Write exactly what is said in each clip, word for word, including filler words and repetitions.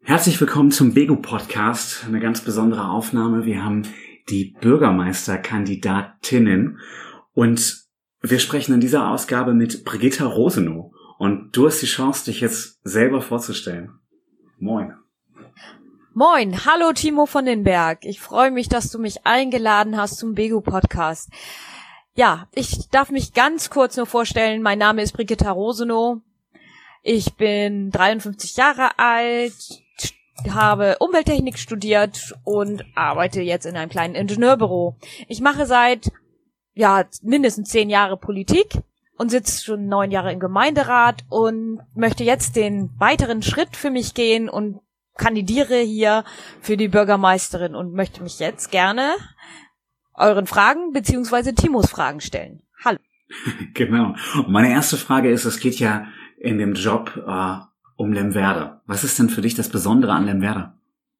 Herzlich willkommen zum Bego-Podcast, eine ganz besondere Aufnahme. Wir haben die Bürgermeisterkandidatinnen und wir sprechen in dieser Ausgabe mit Brigitta Rosenow. Und du hast die Chance, dich jetzt selber vorzustellen. Moin. Moin, hallo Timo von den Berg. Ich freue mich, dass du mich eingeladen hast zum Bego-Podcast. Ja, ich darf mich ganz kurz nur vorstellen. Mein Name ist Brigitta Rosenow. Ich bin dreiundfünfzig Jahre alt, habe Umwelttechnik studiert und arbeite jetzt in einem kleinen Ingenieurbüro. Ich mache seit ja mindestens zehn Jahre Politik und sitze schon neun Jahre im Gemeinderat und möchte jetzt den weiteren Schritt für mich gehen und kandidiere hier für die Bürgermeisterin und möchte mich jetzt gerne euren Fragen beziehungsweise Timos Fragen stellen. Hallo. Genau. Und meine erste Frage ist, es geht ja in dem Job äh, um Lemwerder. Was ist denn für dich das Besondere an Lemwerder?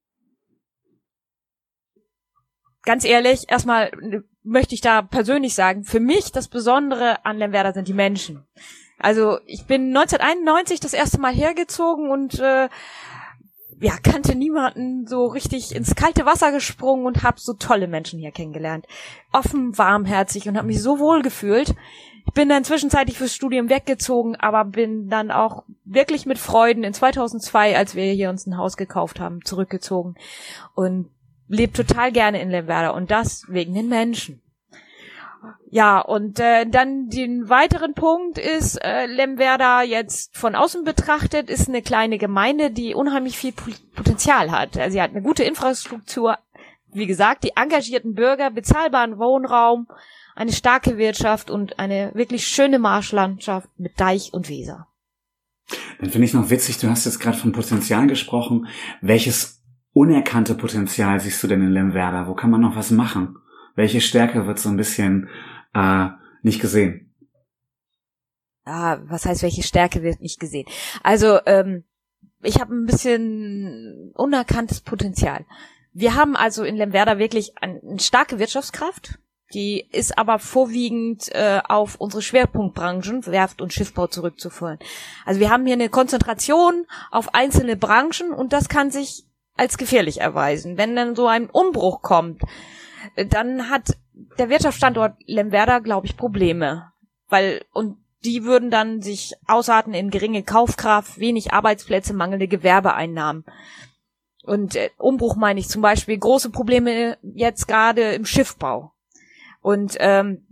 Ganz ehrlich, erstmal möchte ich da persönlich sagen, für mich das Besondere an Lemwerder sind die Menschen. Also ich bin neunzehnhunderteinundneunzig das erste Mal hergezogen und äh, ja, kannte niemanden, so richtig ins kalte Wasser gesprungen und habe so tolle Menschen hier kennengelernt. Offen, warmherzig und habe mich so wohl gefühlt. Ich bin dann zwischenzeitlich fürs Studium weggezogen, aber bin dann auch wirklich mit Freuden in zweitausendzwei, als wir hier uns ein Haus gekauft haben, zurückgezogen und lebe total gerne in Lemwerder und das wegen den Menschen. Ja, und äh, dann den weiteren Punkt ist, äh, Lemwerder jetzt von außen betrachtet, ist eine kleine Gemeinde, die unheimlich viel Potenzial hat. Also sie hat eine gute Infrastruktur, wie gesagt, die engagierten Bürger, bezahlbaren Wohnraum, eine starke Wirtschaft und eine wirklich schöne Marschlandschaft mit Deich und Weser. Dann finde ich noch witzig, du hast jetzt gerade von Potenzial gesprochen. Welches unerkannte Potenzial siehst du denn in Lemwerder? Wo kann man noch was machen? Welche Stärke wird so ein bisschen äh, nicht gesehen? Ah, was heißt, welche Stärke wird nicht gesehen? Also, ähm, ich habe ein bisschen unerkanntes Potenzial. Wir haben also in Lemwerder wirklich eine, eine starke Wirtschaftskraft. Die ist aber vorwiegend äh, auf unsere Schwerpunktbranchen, Werft und Schiffbau, zurückzuführen. Also wir haben hier eine Konzentration auf einzelne Branchen und das kann sich als gefährlich erweisen. Wenn dann so ein Umbruch kommt, dann hat der Wirtschaftsstandort Lemwerder, glaube ich, Probleme. Weil, und die würden dann sich ausarten in geringe Kaufkraft, wenig Arbeitsplätze, mangelnde Gewerbeeinnahmen. Und äh, Umbruch meine ich zum Beispiel große Probleme jetzt gerade im Schiffbau. Und ähm,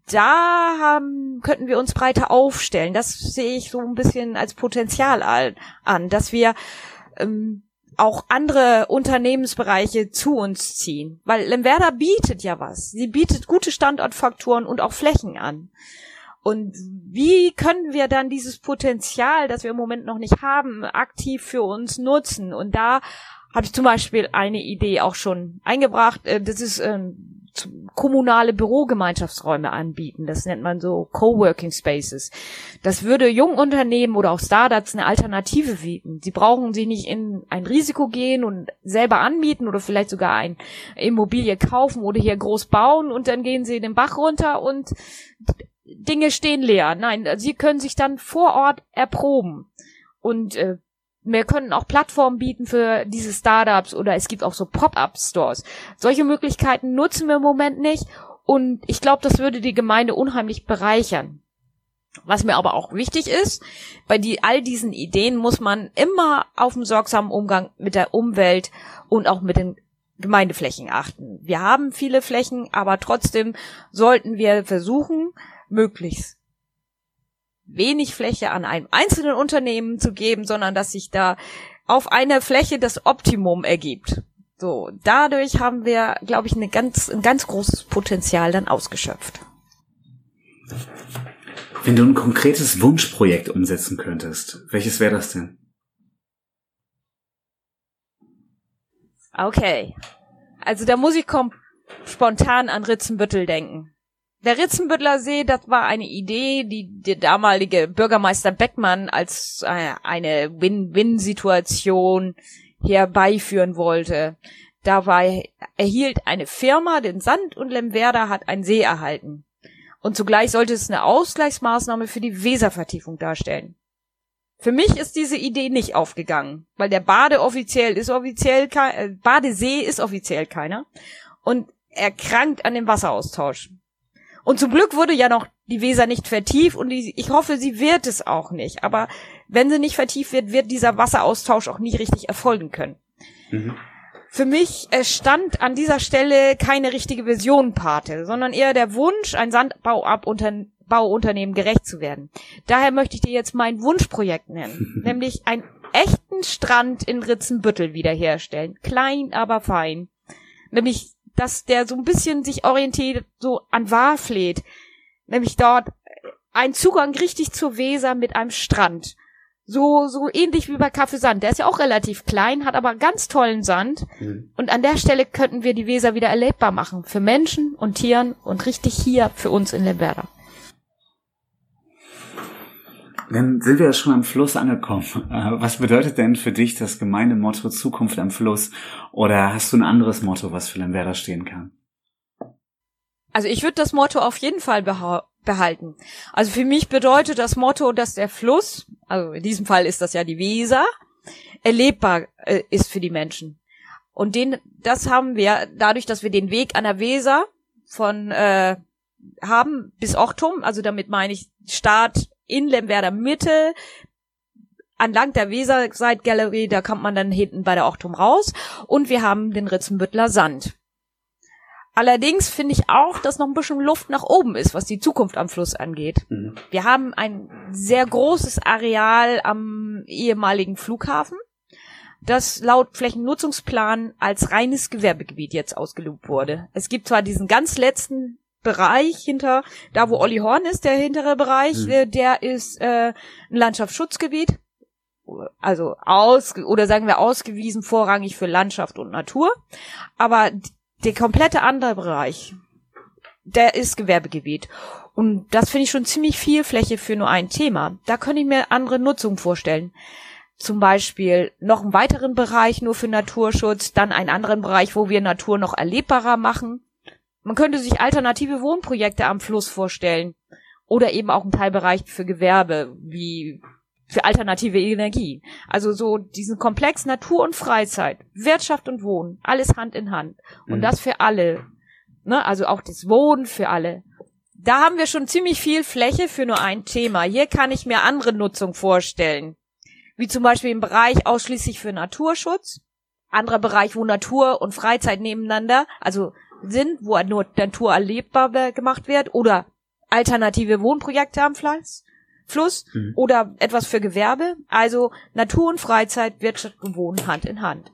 da haben, könnten wir uns breiter aufstellen. Das sehe ich so ein bisschen als Potenzial an, dass wir ähm, auch andere Unternehmensbereiche zu uns ziehen. Weil Lemwerder bietet ja was. Sie bietet gute Standortfaktoren und auch Flächen an. Und wie können wir dann dieses Potenzial, das wir im Moment noch nicht haben, aktiv für uns nutzen? Und da habe ich zum Beispiel eine Idee auch schon eingebracht. Das ist ähm, kommunale Bürogemeinschaftsräume anbieten. Das nennt man so Coworking Spaces. Das würde jungen Unternehmen oder auch Startups eine Alternative bieten. Sie brauchen sich nicht in ein Risiko gehen und selber anmieten oder vielleicht sogar eine Immobilie kaufen oder hier groß bauen und dann gehen sie den Bach runter und Dinge stehen leer. Nein, sie können sich dann vor Ort erproben. Und äh, wir können auch Plattformen bieten für diese Startups oder es gibt auch so Pop-up-Stores. Solche Möglichkeiten nutzen wir im Moment nicht und ich glaube, das würde die Gemeinde unheimlich bereichern. Was mir aber auch wichtig ist, bei die, all diesen Ideen muss man immer auf einen sorgsamen Umgang mit der Umwelt und auch mit den Gemeindeflächen achten. Wir haben viele Flächen, aber trotzdem sollten wir versuchen, möglichst wenig Fläche an einem einzelnen Unternehmen zu geben, sondern dass sich da auf einer Fläche das Optimum ergibt. So, dadurch haben wir, glaube ich, eine ganz, ein ganz großes Potenzial dann ausgeschöpft. Wenn du ein konkretes Wunschprojekt umsetzen könntest, welches wäre das denn? Okay, also da muss ich kom- spontan an Ritzenbüttel denken. Der Ritzenbütteler See, das war eine Idee, die der damalige Bürgermeister Beckmann als äh, eine Win-Win-Situation herbeiführen wollte. Dabei erhielt eine Firma den Sand und Lemwerder hat einen See erhalten. Und zugleich sollte es eine Ausgleichsmaßnahme für die Weservertiefung darstellen. Für mich ist diese Idee nicht aufgegangen, weil der Bade offiziell ist offiziell kein, äh, Badesee ist offiziell keiner und er krankt an dem Wasseraustausch. Und zum Glück wurde ja noch die Weser nicht vertieft und die, ich hoffe, sie wird es auch nicht. Aber wenn sie nicht vertieft wird, wird dieser Wasseraustausch auch nie richtig erfolgen können. Mhm. Für mich äh, stand an dieser Stelle keine richtige Vision Pate, sondern eher der Wunsch, ein Sandbauunternehmen gerecht zu werden. Daher möchte ich dir jetzt mein Wunschprojekt nennen, nämlich einen echten Strand in Ritzenbüttel wiederherstellen. Klein, aber fein. Nämlich, dass der so ein bisschen sich orientiert, so an Warfleet. Nämlich dort ein Zugang richtig zur Weser mit einem Strand. So, so ähnlich wie bei Kaffeesand. Der ist ja auch relativ klein, hat aber ganz tollen Sand. Mhm. Und an der Stelle könnten wir die Weser wieder erlebbar machen. Für Menschen und Tieren und richtig hier für uns in Lemwerder. Dann sind wir ja schon am Fluss angekommen. Was bedeutet denn für dich das Gemeindemotto Zukunft am Fluss? Oder hast du ein anderes Motto, was für Lemwerder stehen kann? Also ich würde das Motto auf jeden Fall beha- behalten. Also für mich bedeutet das Motto, dass der Fluss, also in diesem Fall ist das ja die Weser, erlebbar äh, ist für die Menschen. Und den, das haben wir dadurch, dass wir den Weg an der Weser von äh, haben bis Ochtum, also damit meine ich Start in Lemwerder Mitte, anlang der Weserseitgalerie, da kommt man dann hinten bei der Ochtum raus und wir haben den Ritzenbüttler Sand. Allerdings finde ich auch, dass noch ein bisschen Luft nach oben ist, was die Zukunft am Fluss angeht. Mhm. Wir haben ein sehr großes Areal am ehemaligen Flughafen, das laut Flächennutzungsplan als reines Gewerbegebiet jetzt ausgelobt wurde. Es gibt zwar diesen ganz letzten Bereich hinter, da wo Olli Horn ist, der hintere Bereich, mhm. der ist äh, ein Landschaftsschutzgebiet, also aus oder sagen wir ausgewiesen vorrangig für Landschaft und Natur, aber der komplette andere Bereich, der ist Gewerbegebiet und das finde ich schon ziemlich viel Fläche für nur ein Thema. Da könnte ich mir andere Nutzungen vorstellen. Zum Beispiel noch einen weiteren Bereich nur für Naturschutz, dann einen anderen Bereich, wo wir Natur noch erlebbarer machen. Man könnte sich alternative Wohnprojekte am Fluss vorstellen oder eben auch einen Teilbereich für Gewerbe, wie für alternative Energie. Also so diesen Komplex Natur und Freizeit, Wirtschaft und Wohnen, alles Hand in Hand. Und mhm. das für alle. Ne? Also auch das Wohnen für alle. Da haben wir schon ziemlich viel Fläche für nur ein Thema. Hier kann ich mir andere Nutzung vorstellen. Wie zum Beispiel im Bereich ausschließlich für Naturschutz. Anderer Bereich, wo Natur und Freizeit nebeneinander, also sind, wo nur Natur erlebbar gemacht wird oder alternative Wohnprojekte am Fluss, Fluss mhm. oder etwas für Gewerbe. Also Natur und Freizeit, Wirtschaft und Wohnen Hand in Hand.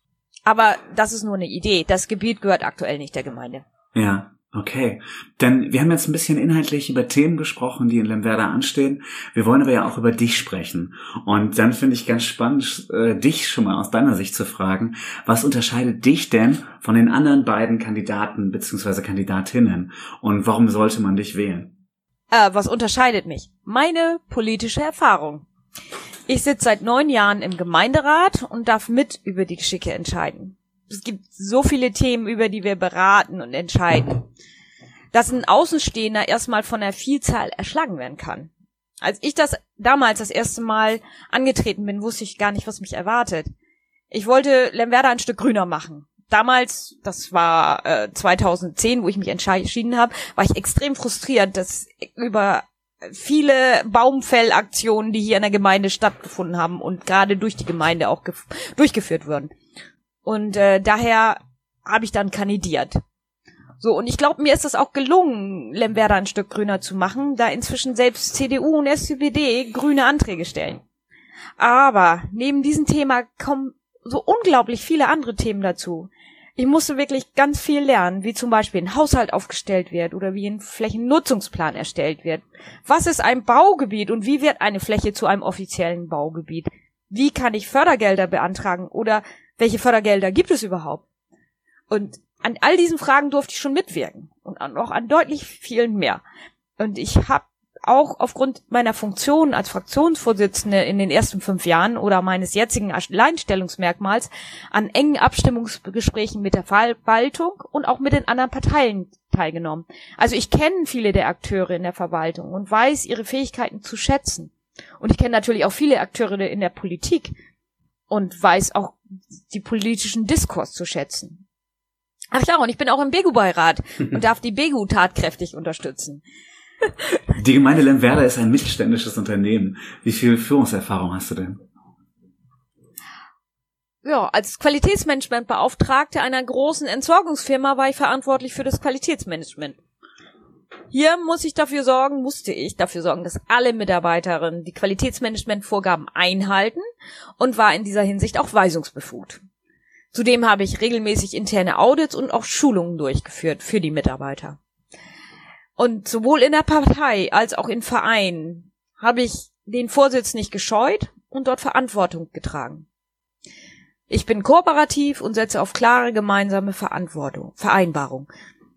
Aber das ist nur eine Idee. Das Gebiet gehört aktuell nicht der Gemeinde. Ja, okay. Denn wir haben jetzt ein bisschen inhaltlich über Themen gesprochen, die in Lemwerder anstehen. Wir wollen aber ja auch über dich sprechen. Und dann finde ich ganz spannend, äh, dich schon mal aus deiner Sicht zu fragen, was unterscheidet dich denn von den anderen beiden Kandidaten bzw. Kandidatinnen? Und warum sollte man dich wählen? Äh, was unterscheidet mich? Meine politische Erfahrung. Ich sitze seit neun Jahren im Gemeinderat und darf mit über die Geschicke entscheiden. Es gibt so viele Themen, über die wir beraten und entscheiden, dass ein Außenstehender erstmal von der Vielzahl erschlagen werden kann. Als ich das damals das erste Mal angetreten bin, wusste ich gar nicht, was mich erwartet. Ich wollte Lemwerder ein Stück grüner machen. Damals, das war äh, zweitausendzehn, wo ich mich entschieden habe, war ich extrem frustriert, dass über viele Baumfellaktionen, die hier in der Gemeinde stattgefunden haben und gerade durch die Gemeinde auch gef- durchgeführt wurden. Und äh, daher habe ich dann kandidiert. So, und ich glaube, mir ist es auch gelungen, Lemwerder ein Stück grüner zu machen, da inzwischen selbst C D U und S P D grüne Anträge stellen. Aber neben diesem Thema kommen so unglaublich viele andere Themen dazu. Ich musste wirklich ganz viel lernen, wie zum Beispiel ein Haushalt aufgestellt wird oder wie ein Flächennutzungsplan erstellt wird. Was ist ein Baugebiet und wie wird eine Fläche zu einem offiziellen Baugebiet? Wie kann ich Fördergelder beantragen oder welche Fördergelder gibt es überhaupt? Und an all diesen Fragen durfte ich schon mitwirken und auch an deutlich vielen mehr. Und ich habe auch aufgrund meiner Funktion als Fraktionsvorsitzende in den ersten fünf Jahren oder meines jetzigen Alleinstellungsmerkmals an engen Abstimmungsgesprächen mit der Verwaltung und auch mit den anderen Parteien teilgenommen. Also ich kenne viele der Akteure in der Verwaltung und weiß ihre Fähigkeiten zu schätzen. Und ich kenne natürlich auch viele Akteure in der Politik und weiß auch die politischen Diskurs zu schätzen. Ach ja, und ich bin auch im Begu-Beirat und darf die Begu tatkräftig unterstützen. Die Gemeinde Lemwerder ist ein mittelständisches Unternehmen. Wie viel Führungserfahrung hast du denn? Ja, als Qualitätsmanagementbeauftragte einer großen Entsorgungsfirma war ich verantwortlich für das Qualitätsmanagement. Hier muss ich dafür sorgen, musste ich dafür sorgen, dass alle Mitarbeiterinnen die Qualitätsmanagementvorgaben einhalten und war in dieser Hinsicht auch weisungsbefugt. Zudem habe ich regelmäßig interne Audits und auch Schulungen durchgeführt für die Mitarbeiter. Und sowohl in der Partei als auch in Vereinen habe ich den Vorsitz nicht gescheut und dort Verantwortung getragen. Ich bin kooperativ und setze auf klare gemeinsame Verantwortung, Vereinbarung.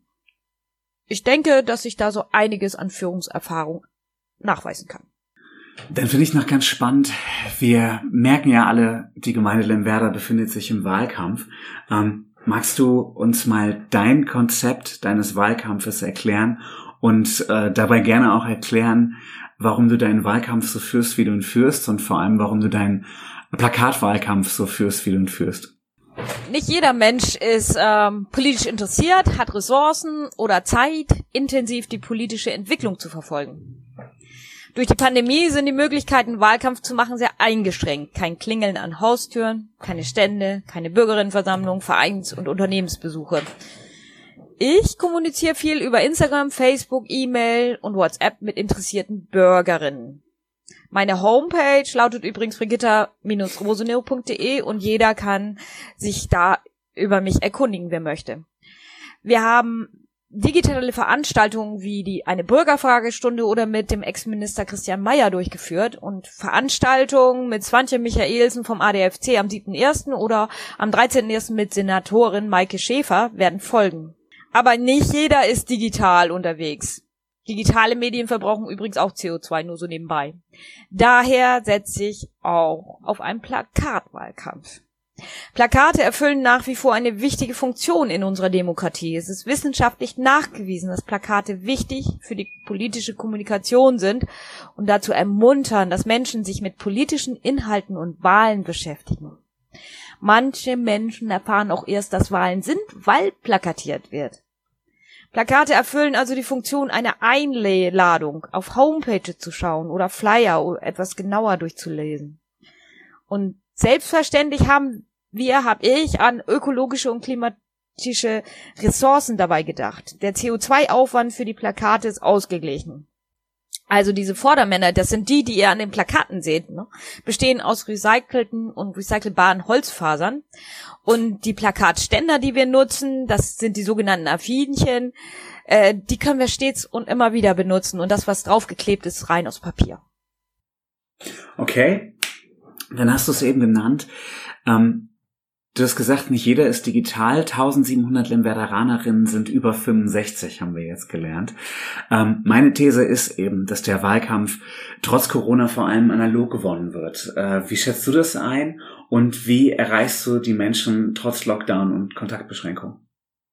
Ich denke, dass ich da so einiges an Führungserfahrung nachweisen kann. Dann finde ich noch ganz spannend, wir merken ja alle, die Gemeinde Lemwerder befindet sich im Wahlkampf. Ähm, magst du uns mal dein Konzept deines Wahlkampfes erklären und äh, dabei gerne auch erklären, warum du deinen Wahlkampf so führst, wie du ihn führst und vor allem, warum du deinen Plakatwahlkampf so führst, wie du ihn führst? Nicht jeder Mensch ist ähm, politisch interessiert, hat Ressourcen oder Zeit, intensiv die politische Entwicklung zu verfolgen. Durch die Pandemie sind die Möglichkeiten, Wahlkampf zu machen, sehr eingeschränkt. Kein Klingeln an Haustüren, keine Stände, keine Bürgerinnenversammlung, Vereins- und Unternehmensbesuche. Ich kommuniziere viel über Instagram, Facebook, E-Mail und WhatsApp mit interessierten Bürgerinnen. Meine Homepage lautet übrigens brigitta Bindestrich rosenau Punkt de und jeder kann sich da über mich erkundigen, wer möchte. Wir haben digitale Veranstaltungen wie die eine Bürgerfragestunde oder mit dem Ex-Minister Christian Mayer durchgeführt und Veranstaltungen mit Swantje Michaelsen vom A D F C am siebten ersten oder am dreizehnten ersten mit Senatorin Maike Schäfer werden folgen. Aber nicht jeder ist digital unterwegs. Digitale Medien verbrauchen übrigens auch C O zwei, nur so nebenbei. Daher setze ich auch auf einen Plakatwahlkampf. Plakate erfüllen nach wie vor eine wichtige Funktion in unserer Demokratie. Es ist wissenschaftlich nachgewiesen, dass Plakate wichtig für die politische Kommunikation sind und dazu ermuntern, dass Menschen sich mit politischen Inhalten und Wahlen beschäftigen. Manche Menschen erfahren auch erst, dass Wahlen sind, weil plakatiert wird. Plakate erfüllen also die Funktion einer Einladung, auf Homepage zu schauen oder Flyer oder etwas genauer durchzulesen. Und selbstverständlich haben wir, hab ich, an ökologische und klimatische Ressourcen dabei gedacht. Der C O zwei Aufwand für die Plakate ist ausgeglichen. Also diese Vordermänner, das sind die, die ihr an den Plakaten seht, ne, bestehen aus recycelten und recycelbaren Holzfasern. Und die Plakatständer, die wir nutzen, das sind die sogenannten Affinchen, äh, die können wir stets und immer wieder benutzen. Und das, was draufgeklebt ist, rein aus Papier. Okay, dann hast du es eben genannt. Ähm, du hast gesagt, nicht jeder ist digital. eintausendsiebenhundert Lemwerderanerinnen sind über fünfundsechzig, haben wir jetzt gelernt. Ähm, meine These ist eben, dass der Wahlkampf trotz Corona vor allem analog gewonnen wird. Äh, wie schätzt du das ein und wie erreichst du die Menschen trotz Lockdown und Kontaktbeschränkung?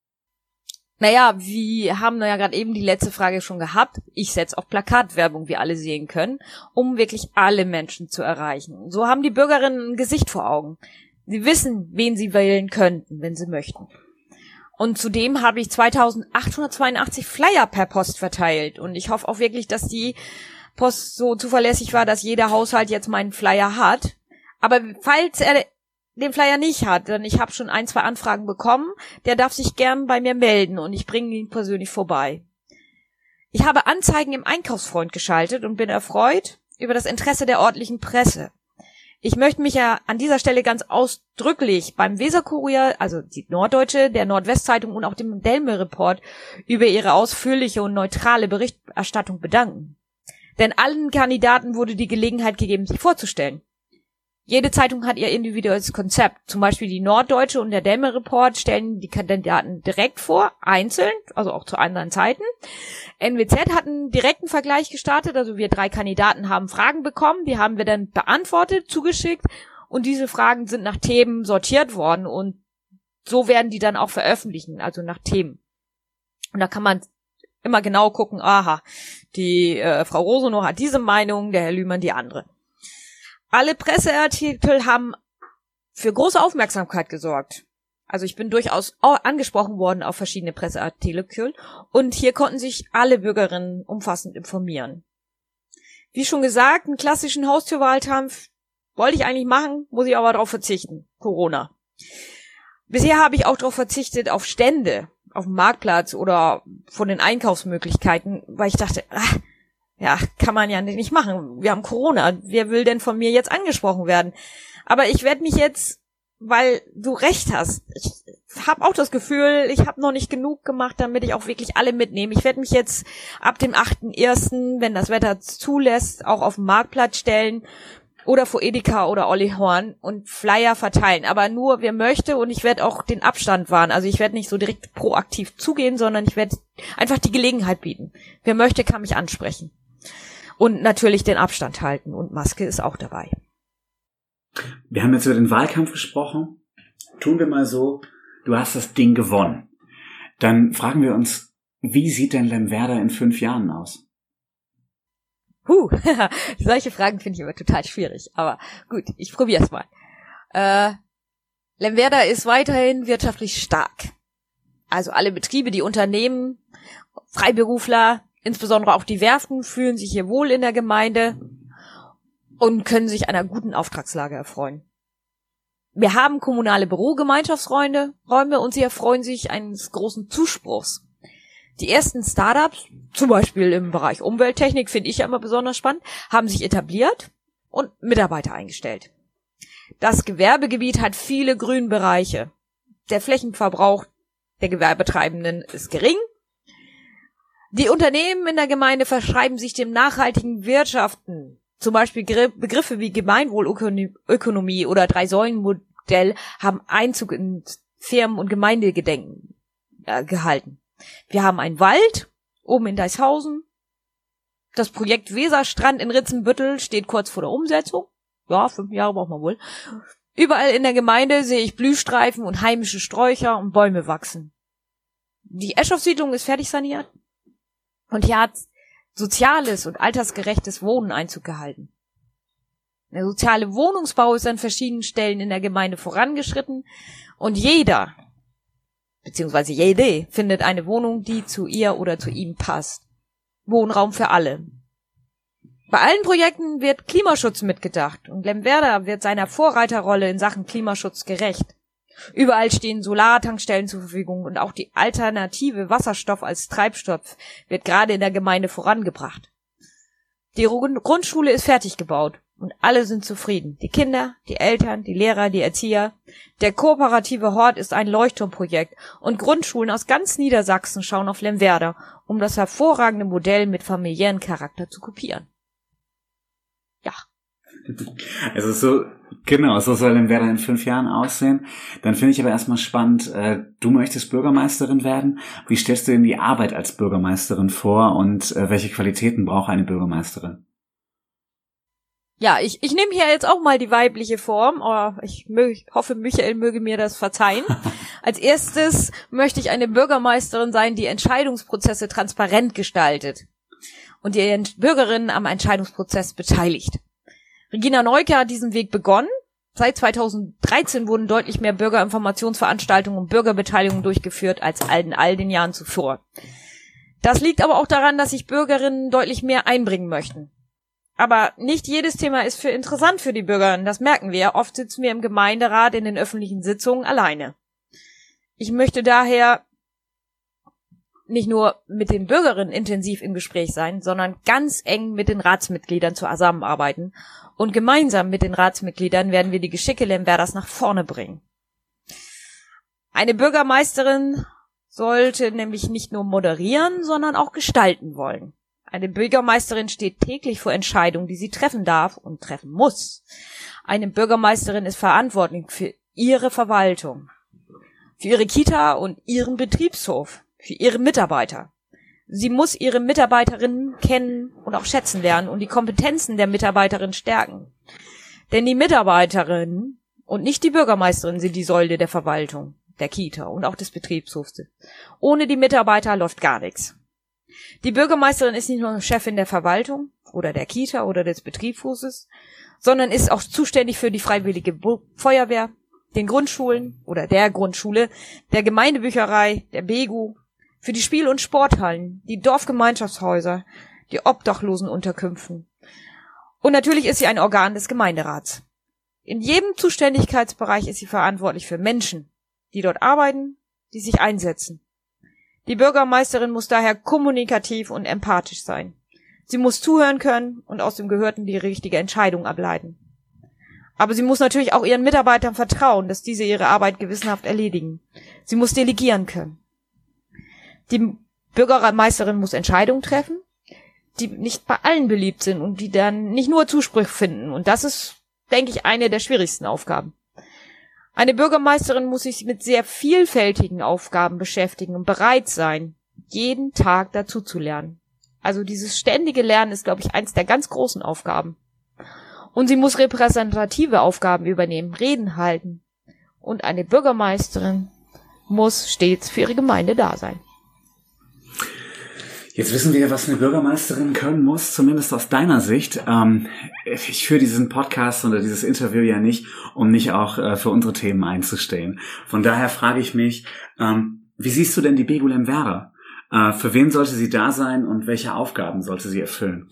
Naja, wir haben ja gerade eben die letzte Frage schon gehabt. Ich setze auf Plakatwerbung, wie alle sehen können, um wirklich alle Menschen zu erreichen. So haben die Bürgerinnen ein Gesicht vor Augen. Sie wissen, wen sie wählen könnten, wenn sie möchten. Und zudem habe ich zweitausendachthundertzweiundachtzig Flyer per Post verteilt. Und ich hoffe auch wirklich, dass die Post so zuverlässig war, dass jeder Haushalt jetzt meinen Flyer hat. Aber falls er den Flyer nicht hat, denn ich habe schon ein, zwei Anfragen bekommen, der darf sich gern bei mir melden und ich bringe ihn persönlich vorbei. Ich habe Anzeigen im Einkaufsfreund geschaltet und bin erfreut über das Interesse der örtlichen Presse. Ich möchte mich ja an dieser Stelle ganz ausdrücklich beim Weser-Kurier, also die Norddeutsche, der Nordwestzeitung und auch dem Delme-Report über ihre ausführliche und neutrale Berichterstattung bedanken. Denn allen Kandidaten wurde die Gelegenheit gegeben, sich vorzustellen. Jede Zeitung hat ihr individuelles Konzept. Zum Beispiel die Norddeutsche und der Delme-Report stellen die Kandidaten direkt vor, einzeln, also auch zu anderen Zeiten. N W Z hat einen direkten Vergleich gestartet, also wir drei Kandidaten haben Fragen bekommen, die haben wir dann beantwortet, zugeschickt und diese Fragen sind nach Themen sortiert worden und so werden die dann auch veröffentlichen, also nach Themen. Und da kann man Immer genau gucken, aha, die äh, Frau Rosenow hat diese Meinung, der Herr Lühmann die andere. Alle Presseartikel haben für große Aufmerksamkeit gesorgt. Also ich bin durchaus angesprochen worden auf verschiedene Presseartikel und hier konnten sich alle Bürgerinnen umfassend informieren. Wie schon gesagt, einen klassischen Haustürwahlkampf wollte ich eigentlich machen, muss ich aber darauf verzichten. Corona. Bisher habe ich auch darauf verzichtet, auf Stände, auf dem Marktplatz oder von den Einkaufsmöglichkeiten, weil ich dachte, ach, ja, kann man ja nicht machen. Wir haben Corona. Wer will denn von mir jetzt angesprochen werden? Aber ich werde mich jetzt, weil du recht hast, ich habe auch das Gefühl, ich habe noch nicht genug gemacht, damit ich auch wirklich alle mitnehme. Ich werde mich jetzt ab dem achten ersten, wenn das Wetter zulässt, auch auf den Marktplatz stellen oder vor Edeka oder Olli Horn und Flyer verteilen. Aber nur, wer möchte, und ich werde auch den Abstand wahren. Also ich werde nicht so direkt proaktiv zugehen, sondern ich werde einfach die Gelegenheit bieten. Wer möchte, kann mich ansprechen. Und natürlich den Abstand halten und Maske ist auch dabei. Wir haben jetzt über den Wahlkampf gesprochen. Tun wir mal so, du hast das Ding gewonnen. Dann fragen wir uns, wie sieht denn Lemwerder in fünf Jahren aus? Huh, solche Fragen finde ich immer total schwierig. Aber gut, ich probiere es mal. Äh, Lemwerder ist weiterhin wirtschaftlich stark. Also alle Betriebe, die Unternehmen, Freiberufler, insbesondere auch die Werften, fühlen sich hier wohl in der Gemeinde und können sich einer guten Auftragslage erfreuen. Wir haben kommunale Bürogemeinschaftsräume Räume und sie erfreuen sich eines großen Zuspruchs. Die ersten Startups, zum Beispiel im Bereich Umwelttechnik, finde ich ja immer besonders spannend, haben sich etabliert und Mitarbeiter eingestellt. Das Gewerbegebiet hat viele Grünbereiche. Der Flächenverbrauch der Gewerbetreibenden ist gering. Die Unternehmen in der Gemeinde verschreiben sich dem nachhaltigen Wirtschaften. Zum Beispiel Begriffe wie Gemeinwohlökonomie oder Drei-Säulen-Modell haben Einzug in Firmen- und Gemeindegedenken äh, gehalten. Wir haben einen Wald oben in Deichshausen. Das Projekt Weserstrand in Ritzenbüttel steht kurz vor der Umsetzung. Ja, fünf Jahre braucht man wohl. Überall in der Gemeinde sehe ich Blühstreifen und heimische Sträucher und Bäume wachsen. Die Eschhoff-Siedlung ist fertig saniert und hier hat soziales und altersgerechtes Wohnen Einzug gehalten. Der soziale Wohnungsbau ist an verschiedenen Stellen in der Gemeinde vorangeschritten und jeder, beziehungsweise jede, findet eine Wohnung, die zu ihr oder zu ihm passt. Wohnraum für alle. Bei allen Projekten wird Klimaschutz mitgedacht und Lemwerder wird seiner Vorreiterrolle in Sachen Klimaschutz gerecht. Überall stehen Solartankstellen zur Verfügung und auch die alternative Wasserstoff als Treibstoff wird gerade in der Gemeinde vorangebracht. Die Grundschule ist fertig gebaut und alle sind zufrieden. Die Kinder, die Eltern, die Lehrer, die Erzieher. Der kooperative Hort ist ein Leuchtturmprojekt und Grundschulen aus ganz Niedersachsen schauen auf Lemwerder, um das hervorragende Modell mit familiären Charakter zu kopieren. Ja. Also so, genau, so soll Lemwerder in fünf Jahren aussehen. Dann finde ich aber erstmal spannend, äh, du möchtest Bürgermeisterin werden. Wie stellst du denn die Arbeit als Bürgermeisterin vor und äh, welche Qualitäten braucht eine Bürgermeisterin? Ja, ich, ich nehme hier jetzt auch mal die weibliche Form, aber ich mög, hoffe, Michael möge mir das verzeihen. Als erstes möchte ich eine Bürgermeisterin sein, die Entscheidungsprozesse transparent gestaltet und die Bürgerinnen am Entscheidungsprozess beteiligt. Regina Neuke hat diesen Weg begonnen. Seit zweitausenddreizehn wurden deutlich mehr Bürgerinformationsveranstaltungen und Bürgerbeteiligung durchgeführt als in all den Jahren zuvor. Das liegt aber auch daran, dass sich Bürgerinnen deutlich mehr einbringen möchten. Aber nicht jedes Thema ist für interessant für die Bürgerinnen, das merken wir. Oft sitzen wir im Gemeinderat in den öffentlichen Sitzungen alleine. Ich möchte daher nicht nur mit den Bürgerinnen intensiv im Gespräch sein, sondern ganz eng mit den Ratsmitgliedern zusammenarbeiten. Und gemeinsam mit den Ratsmitgliedern werden wir die Geschicke Lemwerders nach vorne bringen. Eine Bürgermeisterin sollte nämlich nicht nur moderieren, sondern auch gestalten wollen. Eine Bürgermeisterin steht täglich vor Entscheidungen, die sie treffen darf und treffen muss. Eine Bürgermeisterin ist verantwortlich für ihre Verwaltung, für ihre Kita und ihren Betriebshof, für ihre Mitarbeiter. Sie muss ihre Mitarbeiterinnen kennen und auch schätzen lernen und die Kompetenzen der Mitarbeiterin stärken. Denn die Mitarbeiterinnen und nicht die Bürgermeisterin sind die Säule der Verwaltung, der Kita und auch des Betriebshofs. Ohne die Mitarbeiter läuft gar nichts. Die Bürgermeisterin ist nicht nur Chefin der Verwaltung oder der Kita oder des Betriebshofes, sondern ist auch zuständig für die Freiwillige Bo- Feuerwehr, den Grundschulen oder der Grundschule, der Gemeindebücherei, der Begu, für die Spiel- und Sporthallen, die Dorfgemeinschaftshäuser, die Obdachlosenunterkünften. Und natürlich ist sie ein Organ des Gemeinderats. In jedem Zuständigkeitsbereich ist sie verantwortlich für Menschen, die dort arbeiten, die sich einsetzen. Die Bürgermeisterin muss daher kommunikativ und empathisch sein. Sie muss zuhören können und aus dem Gehörten die richtige Entscheidung ableiten. Aber sie muss natürlich auch ihren Mitarbeitern vertrauen, dass diese ihre Arbeit gewissenhaft erledigen. Sie muss delegieren können. Die Bürgermeisterin muss Entscheidungen treffen, die nicht bei allen beliebt sind und die dann nicht nur Zuspruch finden. Und das ist, denke ich, eine der schwierigsten Aufgaben. Eine Bürgermeisterin muss sich mit sehr vielfältigen Aufgaben beschäftigen und bereit sein, jeden Tag dazu zu lernen. Also dieses ständige Lernen ist, glaube ich, eins der ganz großen Aufgaben. Und sie muss repräsentative Aufgaben übernehmen, Reden halten. Und eine Bürgermeisterin muss stets für ihre Gemeinde da sein. Jetzt wissen wir, was eine Bürgermeisterin können muss, zumindest aus deiner Sicht. Ähm, ich führe diesen Podcast oder dieses Interview ja nicht, um nicht auch äh, für unsere Themen einzustehen. Von daher frage ich mich, ähm, wie siehst du denn die Begu Lemwerder? Äh, für wen sollte sie da sein und welche Aufgaben sollte sie erfüllen?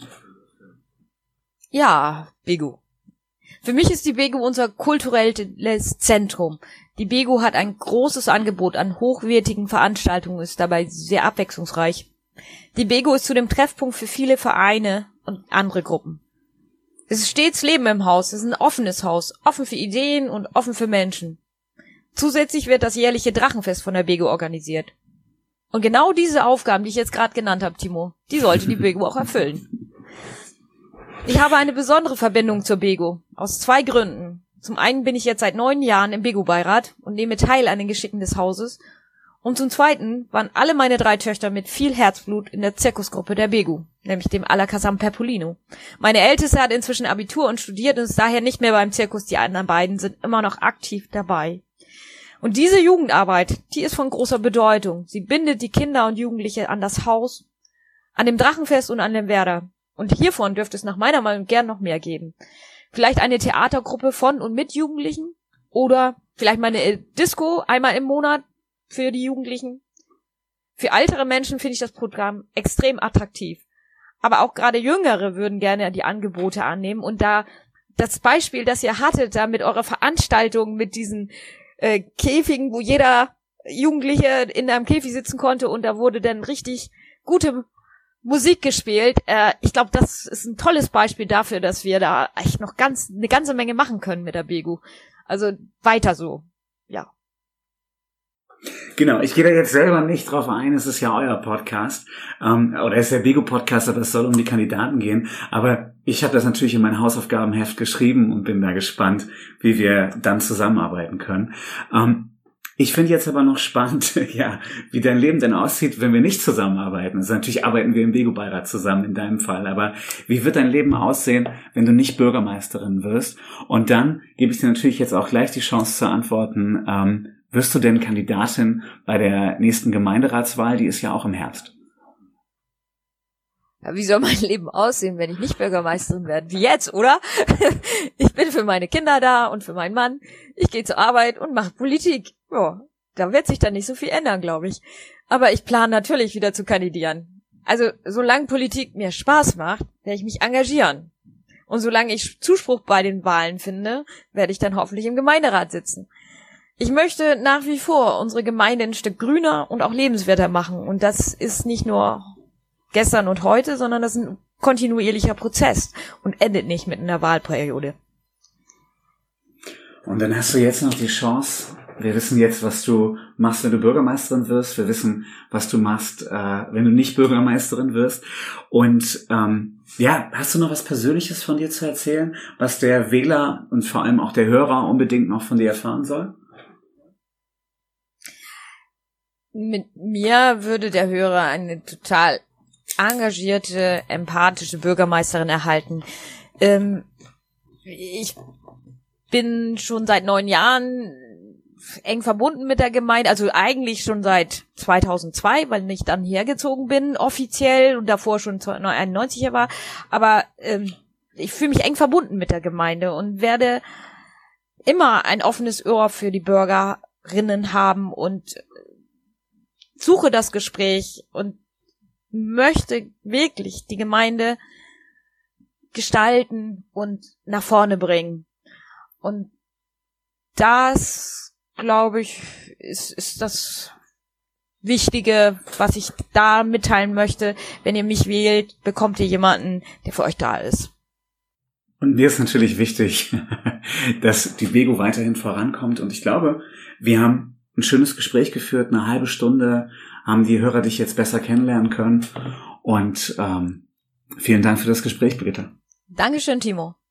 Ja, Begu. Für mich ist die Begu unser kulturelles Zentrum. Die Begu hat ein großes Angebot an hochwertigen Veranstaltungen, ist dabei sehr abwechslungsreich. Die Begu ist zudem Treffpunkt für viele Vereine und andere Gruppen. Es ist stets Leben im Haus, es ist ein offenes Haus, offen für Ideen und offen für Menschen. Zusätzlich wird das jährliche Drachenfest von der Begu organisiert. Und genau diese Aufgaben, die ich jetzt gerade genannt habe, Timo, die sollte die Begu auch erfüllen. Ich habe eine besondere Verbindung zur Begu, aus zwei Gründen. Zum einen bin ich jetzt seit neun Jahren im Begu-Beirat und nehme teil an den Geschicken des Hauses. Und zum Zweiten waren alle meine drei Töchter mit viel Herzblut in der Zirkusgruppe der Begu, nämlich dem Alakazam Perpolino. Meine Älteste hat inzwischen Abitur und studiert und ist daher nicht mehr beim Zirkus. Die anderen beiden sind immer noch aktiv dabei. Und diese Jugendarbeit, die ist von großer Bedeutung. Sie bindet die Kinder und Jugendliche an das Haus, an dem Drachenfest und an dem Werder. Und hiervon dürfte es nach meiner Meinung gern noch mehr geben. Vielleicht eine Theatergruppe von und mit Jugendlichen oder vielleicht mal eine Disco einmal im Monat für die Jugendlichen. Für ältere Menschen finde ich das Programm extrem attraktiv. Aber auch gerade Jüngere würden gerne die Angebote annehmen. Und da das Beispiel, das ihr hattet, da mit eurer Veranstaltung, mit diesen äh, Käfigen, wo jeder Jugendliche in einem Käfig sitzen konnte und da wurde dann richtig gute Musik gespielt. Äh, ich glaube, das ist ein tolles Beispiel dafür, dass wir da echt noch ganz eine ganze Menge machen können mit der Begu. Also weiter so, ja. Genau, ich gehe da jetzt selber nicht drauf ein, es ist ja euer Podcast, ähm, oder es ist der Begu-Podcast, aber es soll um die Kandidaten gehen, aber ich habe das natürlich in mein Hausaufgabenheft geschrieben und bin da gespannt, wie wir dann zusammenarbeiten können. Ähm, ich finde jetzt aber noch spannend, ja, wie dein Leben denn aussieht, wenn wir nicht zusammenarbeiten. Also natürlich arbeiten wir im Begu-Beirat zusammen in deinem Fall, aber wie wird dein Leben aussehen, wenn du nicht Bürgermeisterin wirst? Und dann gebe ich dir natürlich jetzt auch gleich die Chance zu antworten, ähm, wirst du denn Kandidatin bei der nächsten Gemeinderatswahl? Die ist ja auch im Herbst. Ja, wie soll mein Leben aussehen, wenn ich nicht Bürgermeisterin werde? Wie jetzt, oder? Ich bin für meine Kinder da und für meinen Mann. Ich gehe zur Arbeit und mache Politik. Ja, da wird sich dann nicht so viel ändern, glaube ich. Aber ich plane natürlich wieder zu kandidieren. Also, solange Politik mir Spaß macht, werde ich mich engagieren. Und solange ich Zuspruch bei den Wahlen finde, werde ich dann hoffentlich im Gemeinderat sitzen. Ich möchte nach wie vor unsere Gemeinde ein Stück grüner und auch lebenswerter machen. Und das ist nicht nur gestern und heute, sondern das ist ein kontinuierlicher Prozess und endet nicht mit einer Wahlperiode. Und dann hast du jetzt noch die Chance, wir wissen jetzt, was du machst, wenn du Bürgermeisterin wirst. Wir wissen, was du machst, äh, wenn du nicht Bürgermeisterin wirst. Und ähm, ja, hast du noch was Persönliches von dir zu erzählen, was der Wähler und vor allem auch der Hörer unbedingt noch von dir erfahren soll? Mit mir würde der Hörer eine total engagierte, empathische Bürgermeisterin erhalten. Ähm, ich bin schon seit neun Jahren eng verbunden mit der Gemeinde, also eigentlich schon seit zweitausendzwei, weil ich dann hergezogen bin, offiziell, und davor schon einundneunziger war, aber ähm, ich fühle mich eng verbunden mit der Gemeinde und werde immer ein offenes Ohr für die Bürgerinnen haben und suche das Gespräch und möchte wirklich die Gemeinde gestalten und nach vorne bringen. Und das, glaube ich, ist, ist das Wichtige, was ich da mitteilen möchte. Wenn ihr mich wählt, bekommt ihr jemanden, der für euch da ist. Und mir ist natürlich wichtig, dass die Bego weiterhin vorankommt. Und ich glaube, wir haben ein schönes Gespräch geführt, eine halbe Stunde, haben die Hörer dich jetzt besser kennenlernen können. Und ähm, vielen Dank für das Gespräch, Brigitte. Dankeschön, Timo.